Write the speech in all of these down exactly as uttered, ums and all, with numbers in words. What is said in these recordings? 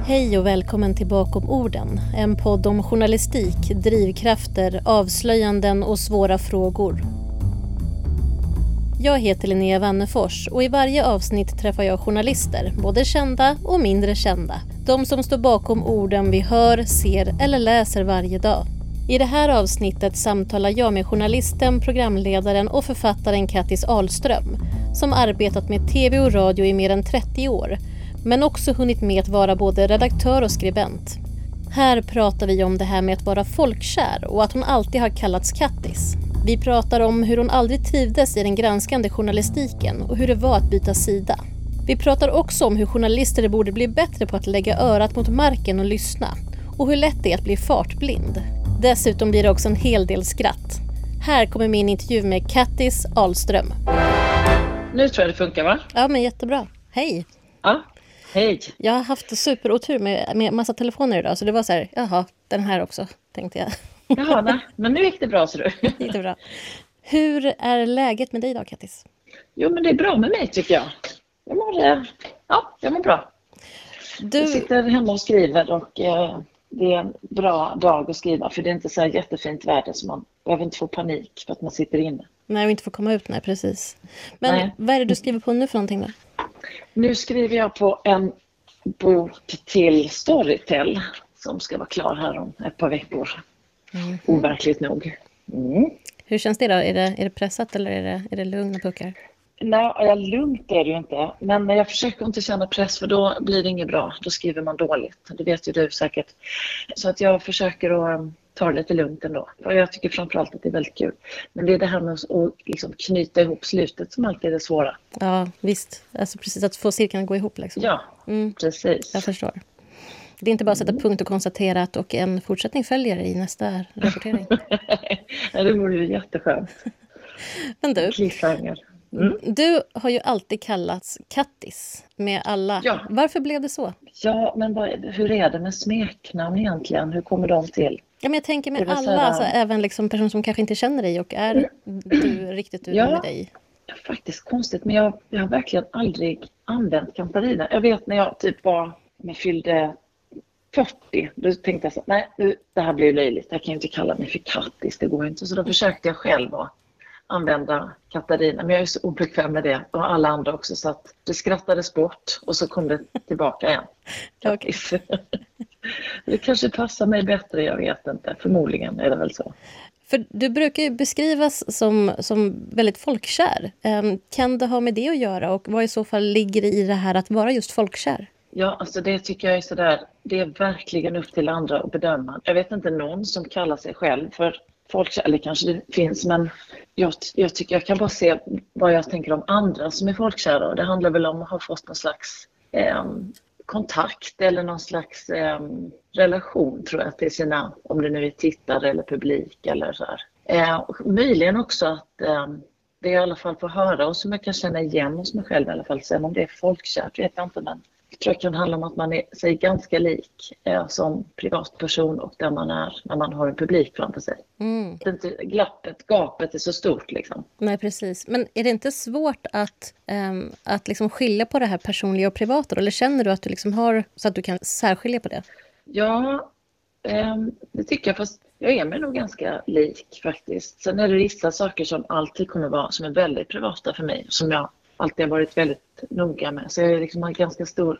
Hej och välkommen till Bakom orden, en podd om journalistik, drivkrafter, avslöjanden och svåra frågor. Jag heter Linnea Wannefors och i varje avsnitt träffar jag journalister, både kända och mindre kända. De som står bakom orden vi hör, ser eller läser varje dag. I det här avsnittet samtalar jag med journalisten, programledaren och författaren Kattis Ahlström, som arbetat med tv och radio i mer än trettio år, men också hunnit med att vara både redaktör och skribent. Här pratar vi om det här med att vara folkkär och att hon alltid har kallats Kattis. Vi pratar om hur hon aldrig trivdes i den granskande journalistiken och hur det var att byta sida. Vi pratar också om hur journalister borde bli bättre på att lägga örat mot marken och lyssna, och hur lätt det är att bli fartblind. Dessutom blir det också en hel del skratt. Här kommer min intervju med Kattis Ahlström. Nu tror jag det funkar, va? Ja, men jättebra. Hej! Ja, hej! Jag har haft superotur med, med massa telefoner idag, så det var så här, jaha, den här också, tänkte jag. Jaha, nej, men nu gick det bra, så du. gick det bra. Hur är läget med dig idag, Kattis? Jo, men det är bra med mig, tycker jag. Jag mår, ja, jag mår bra. Du... Jag sitter hemma och skriver och eh, det är en bra dag att skriva, för det är inte så här jättefint väder, så man behöver inte få panik för att man sitter inne. Nej, och inte få komma ut, nej, precis. Men nej. Vad är det du skriver på nu för någonting då? Nu skriver jag på en bok till Storytel som ska vara klar här om ett par veckor. Mm. Overkligt nog. Mm. Hur känns det då? Är det, är det pressat eller är det, är det lugn och puckar? Nej, ja, lugnt är det ju inte. Men jag försöker inte känna press, för då blir det inget bra. Då skriver man dåligt. Det vet ju du säkert. Så att jag försöker att ta det lite lugnt ändå. Och jag tycker framförallt att det är väldigt kul. Men det är det här med att liksom knyta ihop slutet som alltid är det svåra. Ja, visst. Alltså precis att få cirkeln att gå ihop liksom. Ja, mm. precis. Jag förstår. Det är inte bara att sätta punkt och konstatera att och en fortsättning följer i nästa rapportering. Nej, det vore ju jätteskönt. Men du, Cliffhanger. Mm. Du har ju alltid kallats Kattis med alla. Ja. Varför blev det så? Ja, men vad, hur är det med smeknamn egentligen? Hur kommer de till? Ja, men jag tänker med alla, här... alltså, även liksom personer som kanske inte känner dig och är du riktigt du ja. med dig. Ja, faktiskt konstigt, men jag, jag har verkligen aldrig använt Katarina. Jag vet när jag typ var, jag fyllde fyrtio, då tänkte jag så, nej, nu, det här blir löjligt. Jag kan ju inte kalla mig för Kattis, det går inte. Så då försökte jag själv att använda Katarina, men jag är så obekväm med det, och alla andra också, så att det skrattades bort och så kom det tillbaka igen. Okay. Det kanske passar mig bättre, jag vet inte. Förmodligen är det väl så. För du brukar ju beskrivas som, som väldigt folkkär. Um, kan det ha med det att göra, och vad i så fall ligger i det här att vara just folkkär? Ja, alltså det tycker jag är sådär, det är verkligen upp till andra att bedöma. Jag vet inte någon som kallar sig själv för folkkär, eller kanske det finns, men jag, jag tycker jag kan bara se vad jag tänker om andra som är folkkära. Det handlar väl om att ha fått någon slags eh, kontakt eller någon slags eh, relation, tror jag, till sina, om det nu är tittare eller publik eller så här. Eh, möjligen också att eh, det är i alla fall får höra, och som jag kan känna igen hos mig själv i alla fall. Sen om det är folkkärt vet jag inte, men jag tror det kan handla om att man är sig ganska lik eh, som privatperson och där man är när man har en publik framför sig. Mm. Det är inte glappet, gapet är så stort liksom. Nej, precis. Men är det inte svårt att, um, att liksom skilja på det här personliga och privata? Eller känner du att du liksom har så att du kan särskilja på det? Ja, um, det tycker jag, fast jag är mig nog ganska lik faktiskt. Sen är det vissa saker som alltid kommer vara, som är väldigt privata för mig, som jag alltid har varit väldigt noga med. Så jag liksom har ganska stor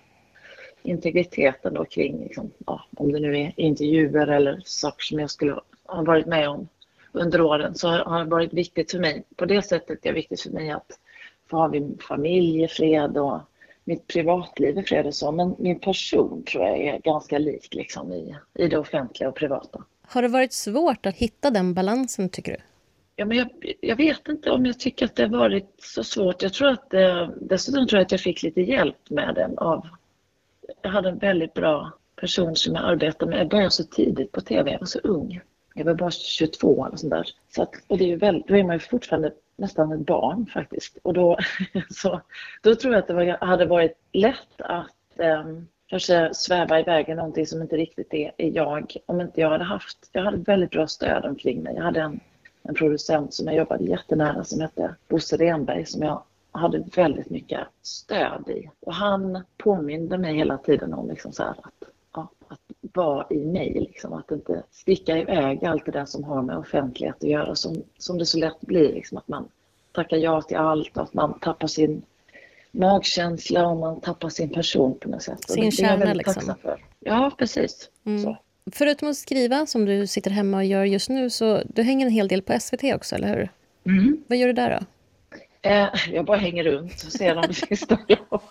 integritet ändå kring, liksom, ja, om det nu är intervjuer eller saker som jag skulle ha varit med om under åren, så har det varit viktigt för mig. På det sättet är det viktigt för mig att få ha min familj i fred och mitt privatliv i fred och så. Men min person tror jag är ganska lik liksom, i, i det offentliga och privata. Har det varit svårt att hitta den balansen, tycker du? Ja, men jag, jag vet inte om jag tycker att det har varit så svårt. Jag tror att eh, dessutom tror jag att jag fick lite hjälp med den av. Jag hade en väldigt bra person som jag arbetade med. Jag började så tidigt på tv, jag var så ung. Jag var bara tjugotvå eller sånt där. Så att, och det är ju väldigt, då är man ju fortfarande nästan ett barn faktiskt. Och då, så, då tror jag att det var, hade varit lätt att eh, kanske sväva iväg i någonting som inte riktigt är, är jag. Om inte jag hade haft, jag hade väldigt bra stöd omkring mig. Jag hade en En producent som jag jobbade jättenära som hette Bosse Renberg, som jag hade väldigt mycket stöd i. Och han påminde mig hela tiden om liksom så här att ja, att vara i mig. Liksom, att inte sticka iväg allt det där som har med offentlighet att göra. Som, som det så lätt blir. Liksom, att man tackar ja till allt. Att man tappar sin magkänsla och man tappar sin person på något sätt. Sin kärna liksom. För. Ja, precis. Mm. Så. Förutom att skriva som du sitter hemma och gör just nu, så du hänger en hel del på S V T också, eller hur? Mm. Vad gör du där då? Eh, jag bara hänger runt och ser om det finns något.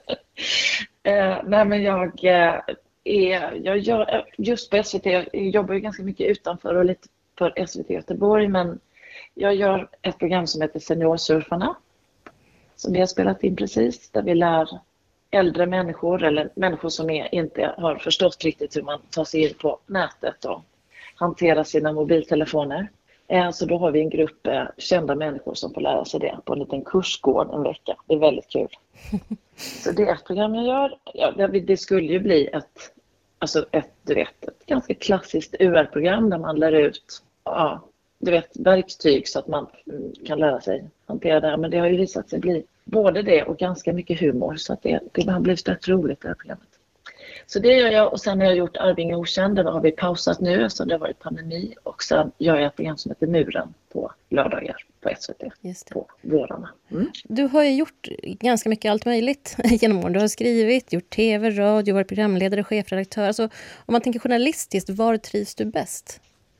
eh, nej men jag eh, är, jag gör, just på S V T, jag jobbar ju ganska mycket utanför och lite för S V T Göteborg, men jag gör ett program som heter Seniorsurfarna, som vi har spelat in precis, där vi lär äldre människor eller människor som är, inte har förstått riktigt hur man tar sig in på nätet och hanterar sina mobiltelefoner. Så då har vi en grupp kända människor som får lära sig det på en liten kursgård en vecka. Det är väldigt kul. Så det är ett program jag gör. Ja, det skulle ju bli ett, alltså ett, du vet, ett ganska klassiskt U R-program där man lär ut ja, du vet, verktyg så att man kan lära sig hantera det här. Men det har ju visat sig bli både det och ganska mycket humor. Så att det, det har blivit rätt roligt det här programmet. Så det gör jag, och sen har jag gjort Arvinge okänd. Det har vi pausat nu eftersom det har varit pandemi. Och sen gör jag ett program som heter Muren på lördagar på S V T. Just det. På vårarna. Mm. Du har ju gjort ganska mycket allt möjligt genom åren. Du har skrivit, gjort tv, radio, varit programledare, chefredaktör. Alltså, om man tänker journalistiskt, var trivs du bäst?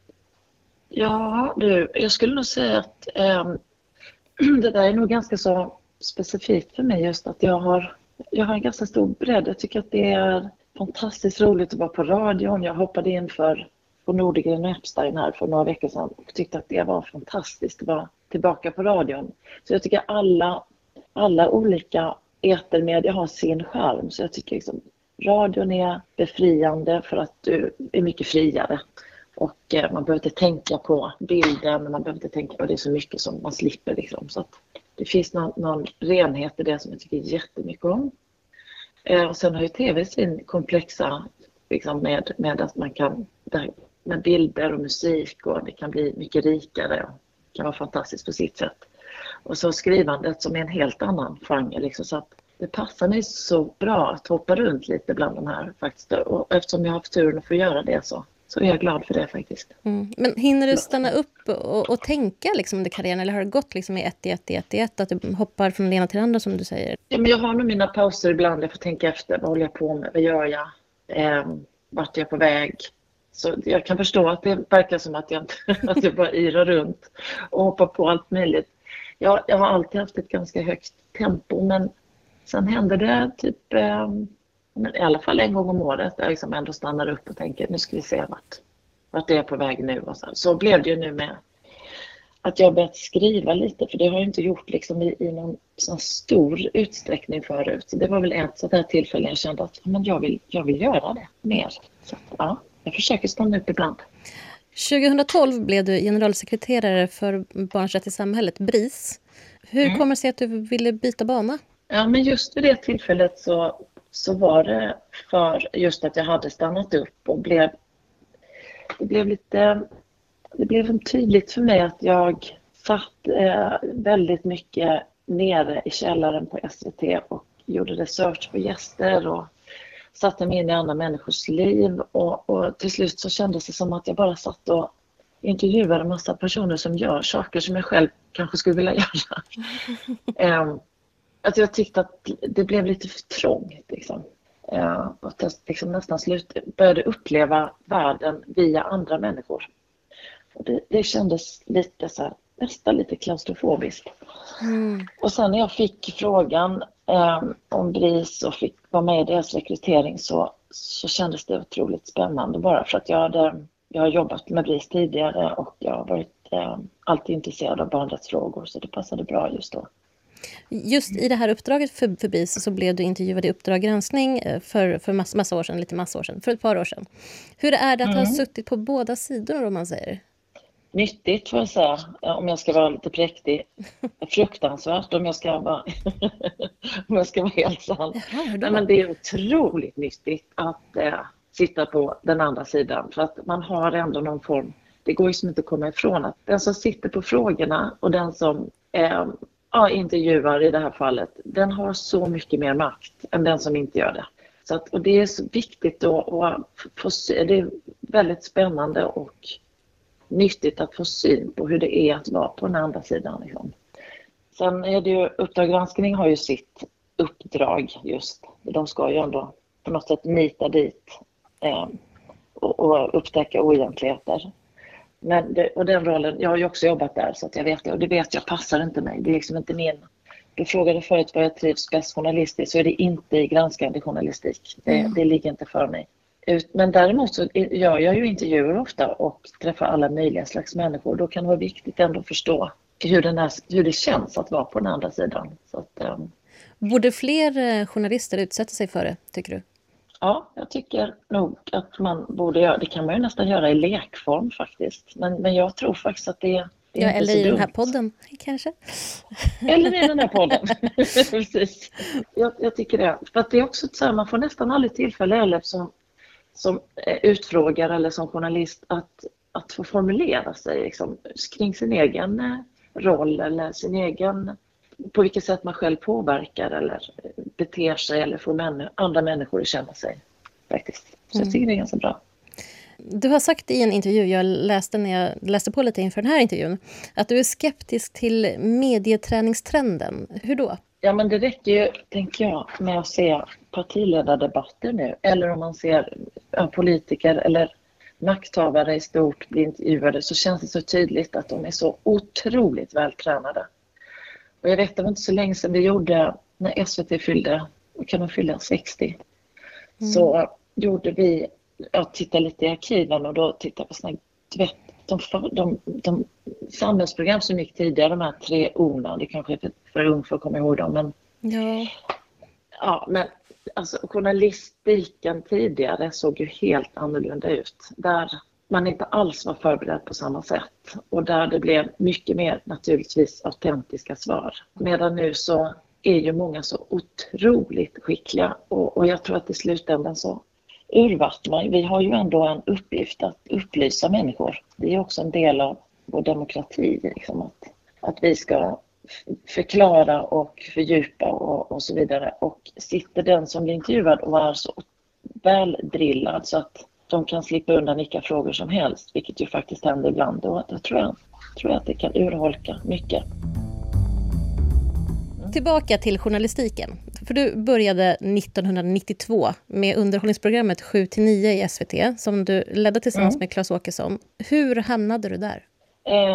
Ja, du, jag skulle nog säga att eh, det där är nog ganska så specifikt för mig, just att jag har, jag har en ganska stor bredd. Jag tycker att det är fantastiskt roligt att vara på radion. Jag hoppade in för på Nordegren och Epstein här för några veckor sedan och tyckte att det var fantastiskt att vara tillbaka på radion. Så jag tycker att alla, alla olika etermedier har sin charm. Så jag tycker liksom radion är befriande för att du är mycket friare. Och eh, man behöver inte tänka på bilden, man behöver inte tänka på det så mycket som man slipper. Liksom. Så att det finns någon, någon renhet i det som jag tycker jättemycket om. Eh, och sen har ju tv sin komplexa liksom med, med att man kan, med bilder och musik, och det kan bli mycket rikare och kan vara fantastiskt på sitt sätt. Och så skrivandet som är en helt annan genre. Liksom, så att det passar mig så bra att hoppa runt lite bland de här faktiskt. Och eftersom jag har haft turen att få göra det så. Så är jag glad för det faktiskt. Mm. Men hinner du stanna upp och, och tänka liksom under karriären? Eller har det gått liksom i ett, i ett, i ett, i ett? Att du hoppar från det ena till det andra som du säger? Ja, men jag har nog mina pauser ibland. Jag får tänka efter. Vad håller jag på med? Vad gör jag? Eh, vart är jag på väg? Så jag kan förstå att det verkar som att jag, att jag bara yrar runt och hoppar på allt möjligt. Jag, jag har alltid haft ett ganska högt tempo. Men sen händer det typ... Eh, Men i alla fall en gång om året där jag liksom ändå stannar upp och tänker nu ska vi se vart, vart det är på väg nu. Och så. så blev det ju nu med att jag börjat skriva lite, för det har jag inte gjort liksom i, i någon sån stor utsträckning förut. Så det var väl ett sådant här tillfälle jag kände att men jag, vill, jag vill göra det mer. Så ja, jag försöker stanna upp ibland. tjugohundratolv blev du generalsekreterare för Barns rätt i samhället, BRIS. Hur mm. kommer det sig att du ville byta bana? Ja, men just vid det tillfället så så var det för just att jag hade stannat upp och blev, det blev lite, det blev tydligt för mig att jag satt eh, väldigt mycket nere i källaren på S V T och gjorde research på gäster och satte mig in i andra människors liv och, och till slut så kändes det som att jag bara satt och intervjuade en massa personer som gör saker som jag själv kanske skulle vilja göra. um, Att jag tyckte att det blev lite för trångt. Liksom. Uh, och jag liksom nästan slut, började uppleva världen via andra människor. Och det, det kändes lite så här, nästan lite klaustrofobiskt. Mm. Och sen när jag fick frågan um, om BRIS och fick vara med i deras rekrytering så, så kändes det otroligt spännande. Bara för att jag, hade, jag har jobbat med BRIS tidigare och jag har varit um, alltid intresserad av barnrättsfrågor, så det passade bra just då. Just i det här uppdraget för, för BRIS så blev du intervjuad i Uppdrag granskning för, för massa, massa år sedan, lite massa år sedan, för ett par år sedan. Hur är det att mm. ha suttit på båda sidorna, om man säger? Nyttigt får jag säga, om jag ska vara lite präktig. Fruktansvärt om jag ska vara, om jag ska vara helt sann. Nej, men det är otroligt nyttigt att äh, sitta på den andra sidan. För att man har ändå någon form, det går ju som inte att komma ifrån att den som sitter på frågorna och den som äh, ja, intervjuar i det här fallet, den har så mycket mer makt än den som inte gör det. Så att, och det är så viktigt då att få se, det är väldigt spännande och nyttigt att få syn på hur det är att vara på den andra sidan. Liksom. Sen är det ju, Uppdrag granskning har ju sitt uppdrag just. De ska ju ändå på något sätt nita dit eh, och, och upptäcka oegentligheter. Men det, och den rollen, jag har ju också jobbat där så att jag vet det, och det vet jag passar inte mig. Det är liksom inte min. Du frågade förut vad jag trivs bäst journalistiskt, så är det inte i granskande journalistik. Det, mm. det ligger inte för mig. Men däremot så gör jag ju intervjuer ofta och träffar alla möjliga slags människor. Då kan det vara viktigt ändå att förstå hur, den är, hur det känns att vara på den andra sidan. Så att, um... Borde fler journalister utsätta sig för det, tycker du? Ja, jag tycker nog att man borde göra det. kan man ju nästan göra i lekform faktiskt. Men, men jag tror faktiskt att det, det är ja, inte eller så i dumt. Den här podden kanske. Eller i den här podden. Precis. Jag, jag tycker det. För att det är också så här, man får nästan aldrig tillfälle eller som, som utfrågare eller som journalist att, att få formulera sig liksom, kring sin egen roll eller sin egen, på vilket sätt man själv påverkar eller beter sig eller får män, andra människor att känna sig faktiskt. Så jag tycker det är ganska bra. Du har sagt i en intervju, jag läste när jag läste på lite inför den här intervjun, att du är skeptisk till medieträningstrenden. Hur då? Ja, men det räcker ju, tänker jag, med att se partiledardebatter nu. Eller om man ser ja, politiker eller makthavare i stort bli intervjuade, så känns det så tydligt att de är så otroligt vältränade. Och jag vet, det var inte så länge sedan vi gjorde, när S V T fyllde, kan de fylla sextio, mm. så gjorde vi, jag tittade lite i arkiven och då tittade på såna, du vet, de, de, de samhällsprogram som gick tidigare, de här tre orna, det kanske är för, för ung för att komma ihåg dem, men ja, ja men alltså journalistiken tidigare såg ju helt annorlunda ut, där man inte alls var förberedd på samma sätt och där det blev mycket mer naturligtvis autentiska svar. Medan nu så är ju många så otroligt skickliga och, och jag tror att i slutändan så urvattnar. Vi har ju ändå en uppgift att upplysa människor. Det är också en del av vår demokrati. Liksom, att, att vi ska förklara och fördjupa och, och så vidare. Och sitter den som blir intervjuad och är så väl drillad så att de kan slippa undan vilka frågor som helst, vilket ju faktiskt händer ibland. Då, då tror, jag, tror jag att det kan urholka mycket. Tillbaka till journalistiken. För du började nittonhundranittiotvå med underhållningsprogrammet sju till nio i S V T som du ledde tillsammans mm. med Claes Åkesson. Hur hamnade du där? Eh,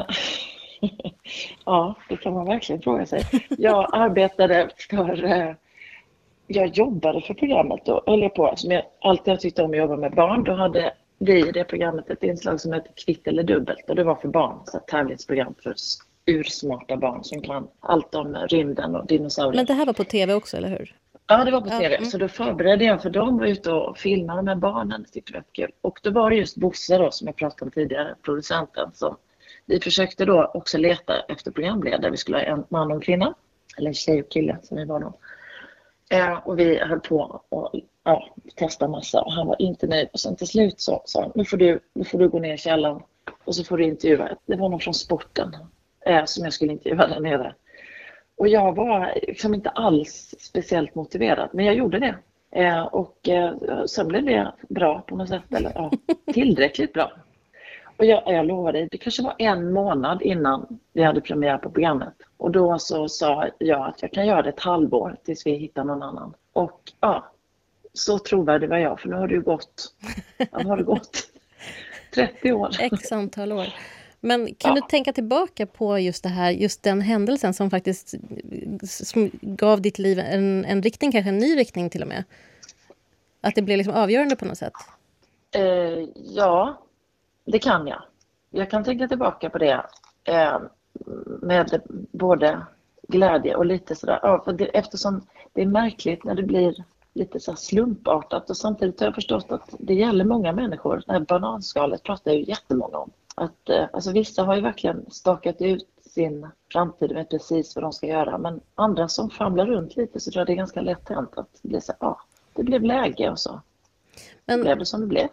ja, det kan man verkligen fråga sig. Jag arbetade för... Eh, jag jobbade för programmet då, höll jag på. Som jag alltid har tyckt om att jobba med barn. Då hade vi i det programmet ett inslag som heter Kvitt eller dubbelt. Och det var för barn, så ett tävlingsprogram för ursmarta barn som kan allt om rymden och dinosaurier. Men det här var på tv också, eller hur? Ja, det var på tv. Mm. Så då förberedde jag för dem, var ute och filmade med barnen. Det tyckte jag var kul. Och då var det just Bosse då, som jag pratade om tidigare, producenten. Som vi försökte då också leta efter programledare. Vi skulle ha en man och en kvinna. Eller en tjej och kille som vi var då. Eh, och vi höll på och ja, testa massa. Och han var inte nöjd. Och sen till slut så sa han, nu får du, nu får du gå ner i källaren. Och så får du intervjua. Det var någon från sporten eh, som jag skulle intervjua där nere. Och jag var liksom inte alls speciellt motiverad, men jag gjorde det. Eh, och eh, sen blev det bra på något sätt, eller ja, tillräckligt bra. Och jag, jag lovade, det kanske var en månad innan vi hade premiär på programmet. Och då så sa jag att jag kan göra det ett halvår tills vi hittar någon annan. Och ja, så trovärdig var jag, för nu har det ju gått, ja, har det gått trettio år. X antal år. Men kan ja. du tänka tillbaka på just det här, just den händelsen som faktiskt som gav ditt liv en, en riktning, kanske en ny riktning till och med? Att det blev liksom avgörande på något sätt? Eh, ja, det kan jag. Jag kan tänka tillbaka på det eh, med både glädje och lite sådär. Ja, för det, eftersom det är märkligt när det blir lite så slumpartat och samtidigt har jag förstått att det gäller många människor. Det här bananskalet pratar ju jättemånga om. Att, alltså vissa har ju verkligen stakat ut sin framtid med precis vad de ska göra. Men andra som famlar runt lite så tror jag det är ganska lätt hänt att det blir så ja, det blev läge och så. Men, det blev det som det blev.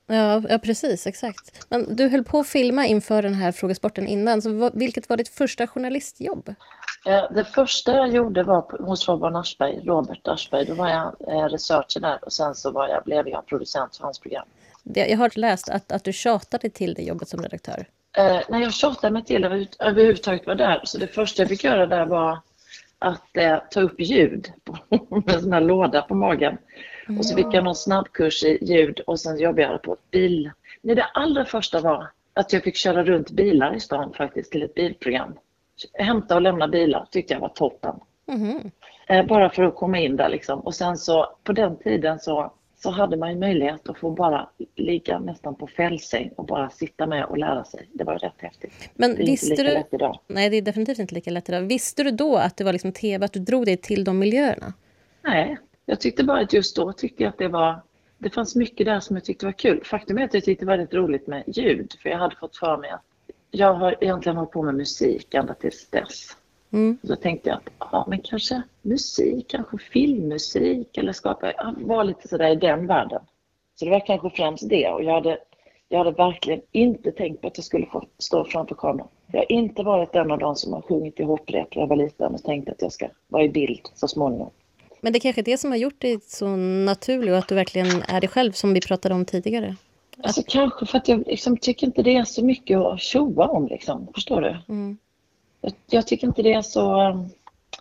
Ja, ja, precis, exakt. Men du höll på att filma inför den här frågesporten innan, så vad, vilket var ditt första journalistjobb? Eh, Det första jag gjorde var på- hos Robert Aschberg, Robert Aschberg. Då var jag eh, researcher där och sen så var jag, blev jag producent för hans program. Det, jag har läst att, att du tjatade till det jobbet som redaktör. Eh, när jag tjatade mig till att jag överhuvudtaget var där, så det första jag fick göra där var att eh, ta upp ljud på, med en sån här låda på magen. Och så fick jag någon snabbkurs i ljud och sen jobbade jag på ett bil. Nej, det allra första var att jag fick köra runt bilar i stan faktiskt till ett bilprogram. Hämta och lämna bilar tyckte jag var toppen. Mhm. Eh, bara för att komma in där liksom. Och sen så på den tiden så, så hade man ju möjlighet att få bara ligga nästan på fällsäng och bara sitta med och lära sig. Det var ju rätt häftigt. Men Det är inte visste lika du... lätt idag. Nej, det är definitivt inte lika lätt idag. Visste du då att det var liksom tv, att du drog dig till de miljöerna? Nej, jag tyckte bara att just då tyckte jag att det var... Det fanns mycket där som jag tyckte var kul. Faktum är att jag tyckte det var väldigt roligt med ljud. För jag hade fått för mig att jag har egentligen hållit på med musik ända tills dess. Mm. Så tänkte jag att ja, men kanske musik, kanske filmmusik eller skapa, jag var lite sådär i den världen. Så det var kanske främst det och jag hade, jag hade verkligen inte tänkt på att jag skulle få stå framför kameran. Jag har inte varit en av de som har sjungit i hopprep när jag var liten och tänkt att jag ska vara i bild så småningom. Men det är kanske är det som har gjort dig så naturlig och att du verkligen är dig själv som vi pratade om tidigare. Alltså kanske för att jag liksom, tycker inte det är så mycket att tjoa om liksom, förstår du? Mm. Jag, jag tycker inte det är så... um,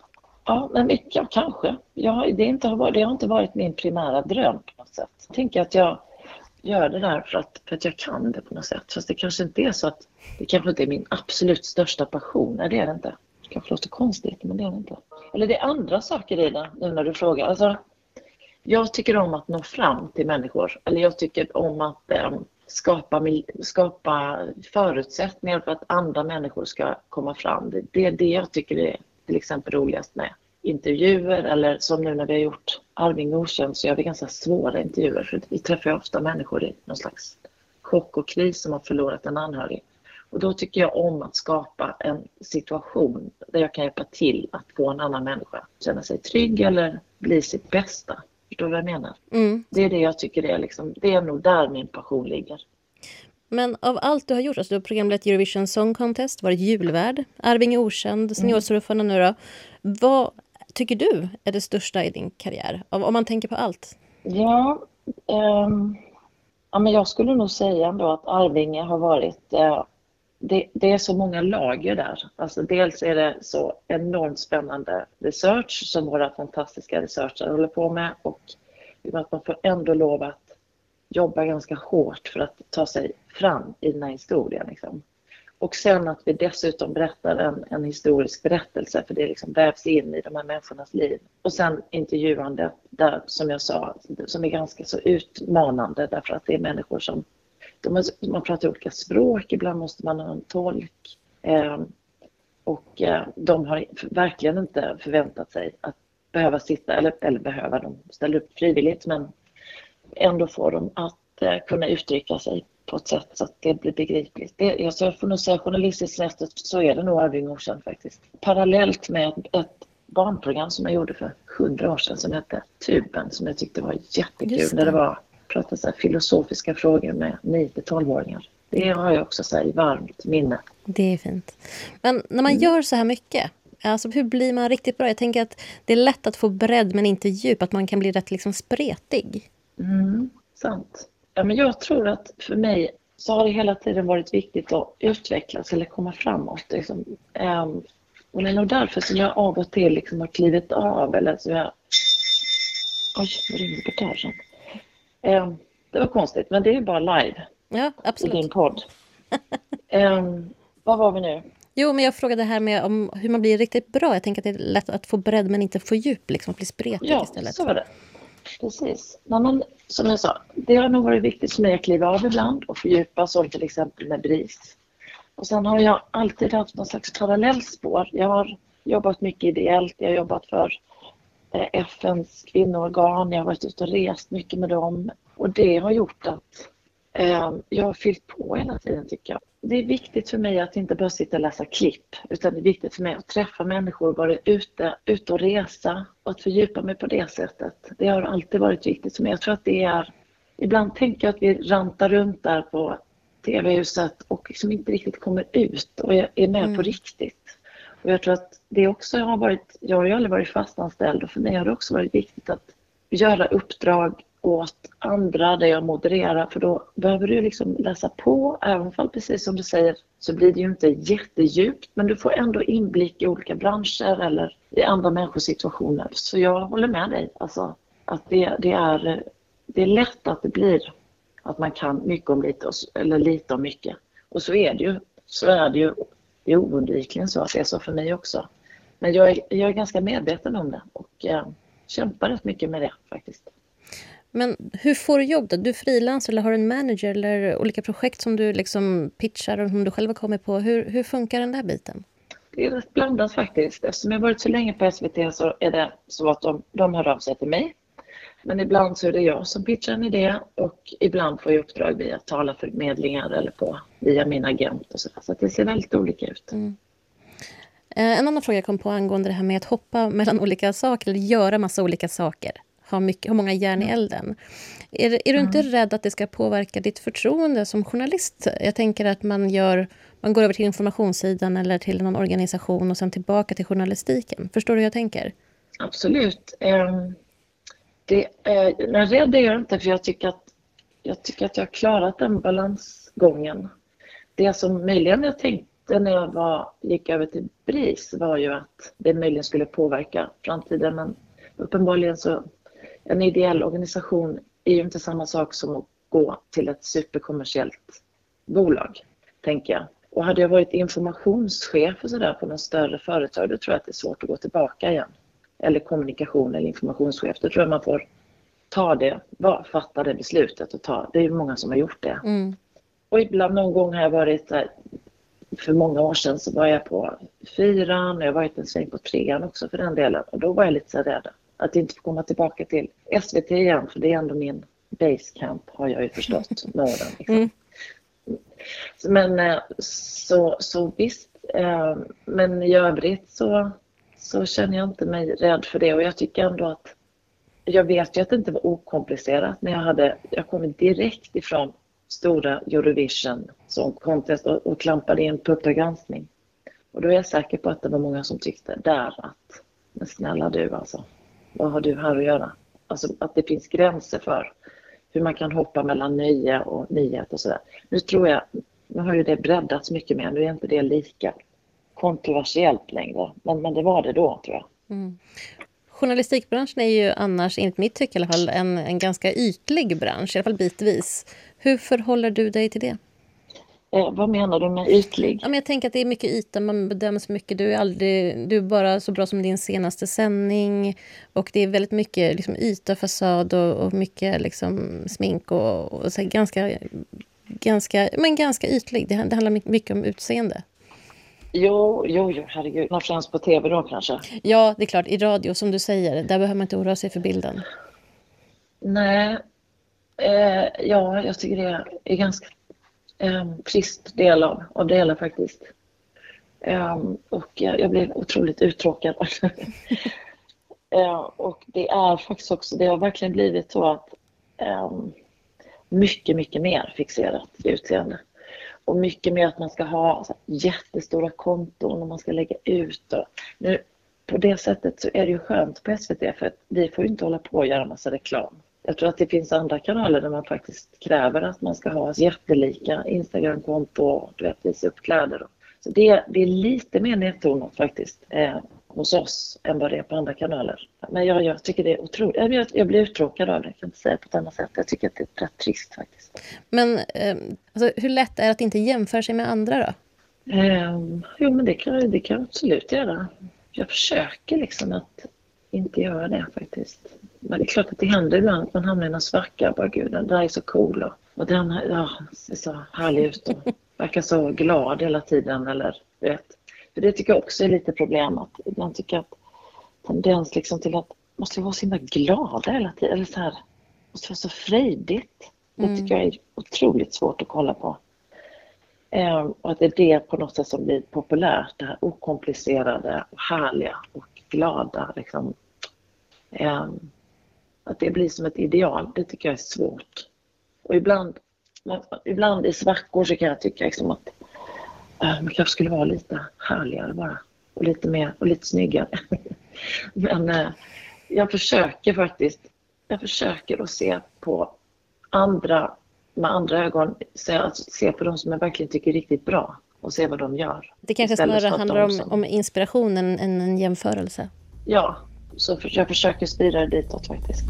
Ja, men ja, kanske. Jag, det, är inte, det har inte varit min primära dröm på något sätt. Jag tänker att jag gör det där för att, för att jag kan det på något sätt. Fast det kanske inte är så att det kanske inte är min absolut största passion. Nej, det är det inte. Det kanske låter konstigt, men det är det inte. Eller det är andra saker i det nu när du frågar. Alltså, jag tycker om att nå fram till människor. Eller jag tycker om att eh, skapa, skapa förutsättningar för att andra människor ska komma fram. Det, det är det jag tycker är till exempel roligast med intervjuer. Eller som nu när vi har gjort Arving Okänd så gör vi ganska svåra intervjuer. För vi träffar ofta människor i någon slags chock och kris som har förlorat en anhörig. Och då tycker jag om att skapa en situation där jag kan hjälpa till att få en annan människa att känna sig trygg eller bli sitt bästa. Förstår du vad jag menar? Mm. Det är det jag tycker det är liksom, det är nog där min passion ligger. Men av allt du har gjort, alltså du har programlett Eurovision Song Contest, varit julvärd, Arving Okänd, Seniorsurfarna nu då. Vad tycker du är det största i din karriär? Om man tänker på allt. Ja, um, ja men jag skulle nog säga ändå att Arvinge har varit... Uh, det, det är så många lager där. Alltså dels är det så enormt spännande research som våra fantastiska researchare håller på med. Och att man får ändå lov att jobba ganska hårt för att ta sig fram i den här historien. Liksom. Och sen att vi dessutom berättar en, en historisk berättelse för det liksom vävs in i de här människornas liv. Och sen intervjuandet där, som jag sa, som är ganska så utmanande därför att det är människor som de har, man pratar olika språk, ibland måste man ha en tolk. Eh, och eh, de har verkligen inte förväntat sig att behöva sitta, eller, eller behöva, de ställer upp frivilligt men ändå får de att eh, kunna uttrycka sig på ett sätt så att det blir begripligt. Det, jag, så jag får nog säga journalistiskt nästan så är det nog Arving Okänd faktiskt. Parallellt med ett, ett barnprogram som jag gjorde för hundra år sedan som hette Tuben som jag tyckte var jättekul. Det. Där det var prata så här filosofiska frågor med nio till tolv-åringar. Det har jag också så här i varmt minne. Det är fint. Men när man mm. gör så här mycket, alltså hur blir man riktigt bra? Jag tänker att det är lätt att få bredd men inte djup, att man kan bli rätt liksom spretig. Mm, sant. Ja, men jag tror att för mig så har det hela tiden varit viktigt att utvecklas eller komma framåt. Liksom. Um, och det är nog därför som jag av och till liksom har klivit av. Eller så jag... Oj, vad ringer portagen? Um, det var konstigt, men det är bara live. Ja, absolut. I din podd. um, vad var vi nu? Jo, men jag frågade här med om hur man blir riktigt bra. Jag tänker att det är lätt att få bredd men inte få djup, liksom att bli spretig ja, istället. Ja, så var det. Precis. Nej, men, som jag sa, det har nog varit viktigt för mig att kliva av ibland och fördjupa som till exempel med BRIS. Och sen har jag alltid haft någon slags parallellspår. Jag har jobbat mycket ideellt, jag har jobbat för eh, F N:s kvinnoorgan, jag har varit ute och rest mycket med dem. Och det har gjort att eh, jag har fyllt på hela tiden tycker jag. Det är viktigt för mig att inte bara sitta och läsa klipp utan det är viktigt för mig att träffa människor, vara ute, ute och resa och att fördjupa mig på det sättet. Det har alltid varit viktigt för mig. Jag tror att det är ibland tänker jag att vi rantar runt där på tv-huset och liksom inte riktigt kommer ut och är, är med Mm. på riktigt. Och jag tror att det också har varit, jag har ju aldrig varit fastanställd och för mig har det också varit viktigt att göra uppdrag åt andra där jag modererar, för då behöver du liksom läsa på, även fall precis som du säger så blir det ju inte jättedjupt, men du får ändå inblick i olika branscher eller i andra människors situationer. Så jag håller med dig, alltså att det, det, är, det är lätt att det blir att man kan mycket om lite eller lite om mycket. Och så är det ju, så är det ju det är oundvikligen så att det är så för mig också. Men jag är, jag är ganska medveten om det och eh, kämpar rätt mycket med det faktiskt. Men hur får du jobb då? Du är frilans eller har en manager eller olika projekt som du liksom pitchar och som du själv har kommit på? Hur, hur funkar den där biten? Det är rätt blandat faktiskt. Eftersom jag varit så länge på S V T så är det så att de, de hör av sig till mig. Men ibland så är det jag som pitchar en idé och ibland får jag uppdrag via talarförmedlingar eller på, via min agent och så. Så det ser väldigt olika ut. Mm. En annan fråga jag kom på angående det här med att hoppa mellan olika saker eller göra massa olika saker. Ha, mycket, ha många järn i elden. Är, är du inte mm. rädd att det ska påverka ditt förtroende som journalist? Jag tänker att man, gör, man går över till informationssidan eller till någon organisation och sen tillbaka till journalistiken. Förstår du hur jag tänker? Absolut. Um, det, uh, jag är rädd är jag inte, för jag tycker, att, jag tycker att jag har klarat den balansgången. Det som möjligen jag tänkte när jag var, gick över till BRIS var ju att det möjligen skulle påverka framtiden, men uppenbarligen så en ideell organisation är ju inte samma sak som att gå till ett superkommersiellt bolag, tänker jag. Och hade jag varit informationschef och sådär på någon större företag, då tror jag att det är svårt att gå tillbaka igen. Eller kommunikation eller informationschef, då tror jag man får ta det, fatta det beslutet och ta, det är ju många som har gjort det. Mm. Och ibland någon gång har jag varit där, för många år sedan så var jag på fyran och jag har varit en sväng på trean också för den delen. Och då var jag lite så rädd att inte få komma tillbaka till S V T igen, för det är ändå min basecamp, har jag ju förstått med åren. Liksom. Mm. Men så, så visst, men i övrigt så, så känner jag inte mig rädd för det. Och jag tycker ändå att, jag vet ju att det inte var okomplicerat när jag hade, jag kom direkt ifrån stora Eurovision som contest och, och klampade in på Uppdrag granskning. Och då är jag säker på att det var många som tyckte där att, men snälla du alltså, vad har du här att göra? Alltså att det finns gränser för hur man kan hoppa mellan nöje och nyhet och sådär. Nu tror jag, nu har ju det breddats mycket mer, nu är inte det lika kontroversiellt längre. Men, men det var det då, tror jag. Mm. Journalistikbranschen är ju annars, enligt mitt tycke i alla fall, en, en ganska ytlig bransch, i alla fall bitvis. Hur förhåller du dig till det? Eh, vad menar du med ytlig? Ja, men jag tänker att det är mycket yta, man bedöms mycket. Du är, aldrig, du är bara så bra som din senaste sändning. Och det är väldigt mycket liksom, yta, fasad och, och mycket liksom, smink. Och, och så ganska, ganska, men ganska ytlig. Det, det handlar mycket om utseende. Jo, jo, jo, herregud. Man främst på tv då kanske? Ja, det är klart. I radio, som du säger, där behöver man inte oroa sig för bilden. Nej, eh, ja, jag tycker det är ganska eh, trist del av, av det hela faktiskt. Eh, och jag, jag blev otroligt uttråkad. eh, och det är faktiskt också, det har verkligen blivit så att eh, mycket, mycket mer fixerat utseende. Och mycket mer att man ska ha så här, jättestora konton och man ska lägga ut. Och nu, på det sättet så är det ju skönt på S V T, för att vi får ju inte hålla på och göra massa reklam. Jag tror att det finns andra kanaler där man faktiskt kräver att man ska ha jättelika Instagram-konto och du vet, visa upp kläder. Så det, det är lite mer nedtonat faktiskt eh, hos oss än vad det är på andra kanaler. Men jag, jag tycker det är otroligt. Jag, jag blir uttråkad av det, jag kan inte säga på ett annat sätt. Jag tycker att det är rätt trist faktiskt. Men eh, alltså, hur lätt är det att inte jämföra sig med andra då? Eh, jo, men det kan, det kan jag absolut göra. Jag försöker liksom att inte göra det faktiskt. Men det är klart att det händer ibland att man hamnar i en svacka. Bara gud, den där är så cool och, och den ja, ser så härlig ut och verkar så glad hela tiden. Eller, vet. För det tycker jag också är lite problem. Att ibland tycker jag att tendens liksom till att måste vara så himla glada hela tiden. Eller så här, måste vara så frejdigt. Det tycker jag är otroligt svårt att kolla på. Eh, och att det är det på något sätt som blir populärt. Det här okomplicerade och härliga och glada. Liksom. Eh, att det blir som ett ideal, det tycker jag är svårt. Och ibland, ibland i svackor så kan jag tycka liksom att äh, man kanske skulle vara lite härligare bara. Och lite mer, och lite snyggare. Men äh, jag försöker faktiskt, jag försöker att se på andra, med andra ögon, se, se på de som jag verkligen tycker är riktigt bra. Och se vad de gör. Det kanske snarare handlar om, som... om inspirationen än en jämförelse. Ja, så för, jag försöker sprida det ditåt faktiskt.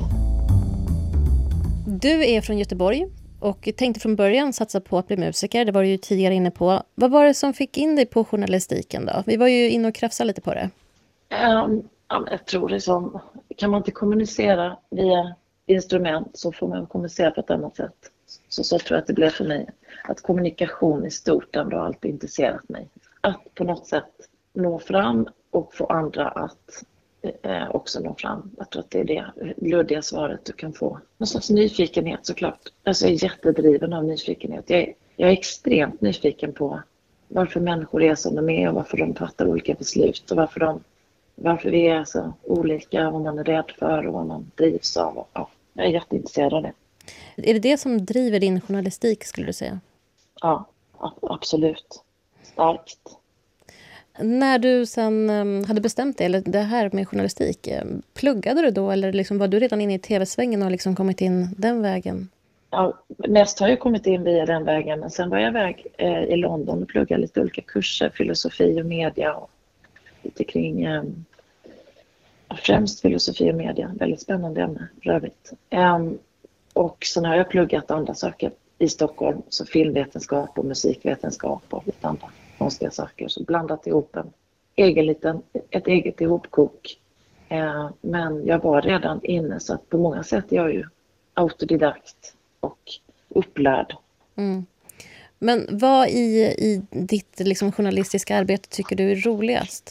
Du är från Göteborg och tänkte från början satsa på att bli musiker. Det var du ju tidigare inne på. Vad var det som fick in dig på journalistiken då? Vi var ju inne och krafsade lite på det. Um, jag tror det som, kan man inte kommunicera via instrument så får man kommunicera på ett annat sätt. Så, så tror jag att det blev för mig. Att kommunikation i stort ändå har alltid intresserat mig. Att på något sätt nå fram och få andra att eh, också nå fram. Jag tror att det är det luddiga svaret du kan få. Någon slags nyfikenhet såklart. Alltså jag är jättedriven av nyfikenhet. Jag är, jag är extremt nyfiken på varför människor är som de är och varför de fattar olika beslut och varför, de, varför vi är så olika, vad man är rädd för och vad man drivs av. Ja, jag är jätteintresserad av det. Är det det som driver din journalistik skulle du säga? Ja, absolut. Starkt. När du sen hade bestämt dig, eller det här med journalistik, pluggade du då eller liksom var du redan inne i tv-svängen och liksom kommit in den vägen? Ja, mest har jag kommit in via den vägen, men sen var jag iväg eh, i London och pluggade lite olika kurser, filosofi och media och lite kring eh, främst filosofi och media, väldigt spännande ämne, rövigt. Um, och sen har jag pluggat andra saker i Stockholm, så filmvetenskap och musikvetenskap och lite andra konstiga saker, så blandat ihop en egen liten, ett eget ihopkok. Uh, men jag var redan inne, så att på många sätt är jag ju autodidakt och upplärd. Mm. Men vad i, i ditt liksom, journalistiska arbete tycker du är roligast?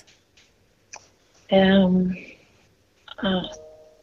Um, att,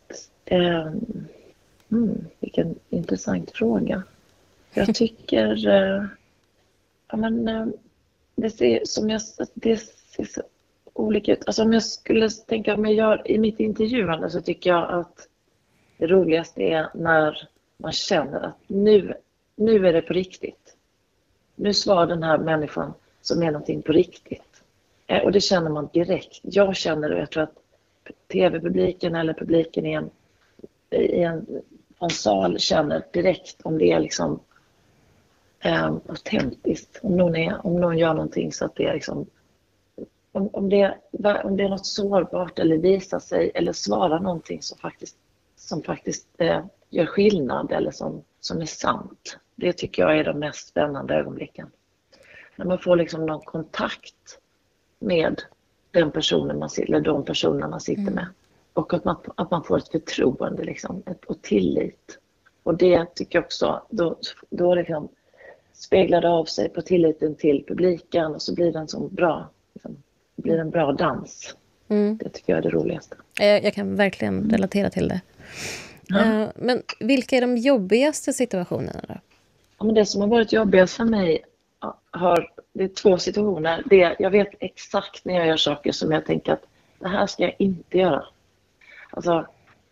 um, hmm, vilken intressant fråga. Jag tycker uh, ja, men, uh, det ser som jag det ser så olika ut. Alltså om jag skulle tänka om jag gör i mitt intervjuande, så tycker jag att det roligaste är när man känner att nu, nu är det på riktigt. Nu svarar den här människan som är någonting på riktigt. Eh, och det känner man direkt. Jag känner det, och jag tror att tv-publiken eller publiken i en, i en, en sal känner direkt om det är liksom eh, autentiskt. Om någon, är, om någon gör någonting så att det är liksom om, om, det, om det är något sårbart eller visar sig eller svarar någonting som faktiskt, som faktiskt eh, gör skillnad eller som, som är sant. Det tycker jag är de mest spännande ögonblicken. När man får liksom någon kontakt med den personen man, eller de personerna man sitter med. Och att man, att man får ett förtroende liksom, ett, och tillit. Och det tycker jag också, då, då liksom speglar det av sig på tilliten till publiken och så blir det en sån bra, liksom, blir en bra dans. Mm. Det tycker jag är det roligaste. Jag, jag kan verkligen relatera till det. Ja. Men vilka är de jobbigaste situationerna då? Ja, men det som har varit jobbigast för mig har, det är två situationer. Det, jag vet exakt när jag gör saker som jag tänker att det här ska jag inte göra. Alltså,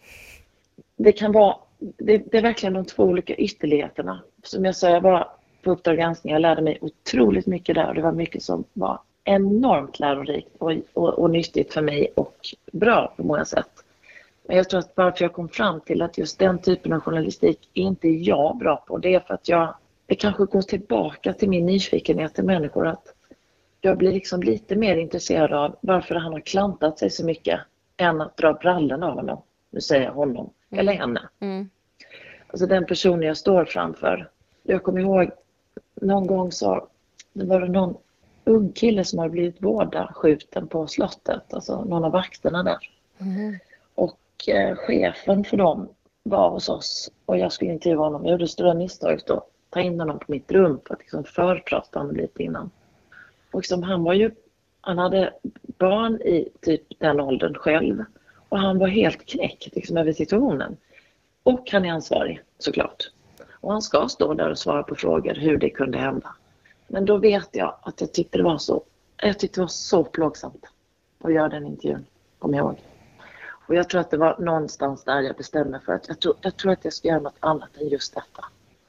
det kan vara, det, det är verkligen de två olika ytterligheterna. Som jag sa, jag var på Uppdrag granskning, jag lärde mig otroligt mycket där och det var mycket som var enormt lärorikt och, och, och nyttigt för mig och bra på många sätt. Men jag tror att varför jag kom fram till att just den typen av journalistik är inte jag bra på. Det är för att jag, det kanske går tillbaka till min nyfikenhet till människor. Att jag blir liksom lite mer intresserad av varför han har klantat sig så mycket än att dra brallen av honom. Nu säger jag honom, mm. eller henne. Mm. Alltså den personen jag står framför. Jag kommer ihåg någon gång så det var det någon ung kille som har blivit vårdarskjuten på slottet. Alltså någon av vakterna där. Mm. Och eh, chefen för dem var hos oss och jag skulle intervjua honom. Jag gjorde stora misstag då. Ta in honom på mitt rum för att liksom förprata honom lite innan. Och liksom, han var ju, han hade barn i typ den åldern själv. Och han var helt knäckt liksom, över situationen. Och han är ansvarig såklart. Och han ska stå där och svara på frågor hur det kunde hända. Men då vet jag att jag tyckte det var så, jag tyckte det var så plågsamt att göra den intervjun, kommer jag ihåg. Och jag tror att det var någonstans där jag bestämde för att jag tror, jag tror att jag ska göra något annat än just detta.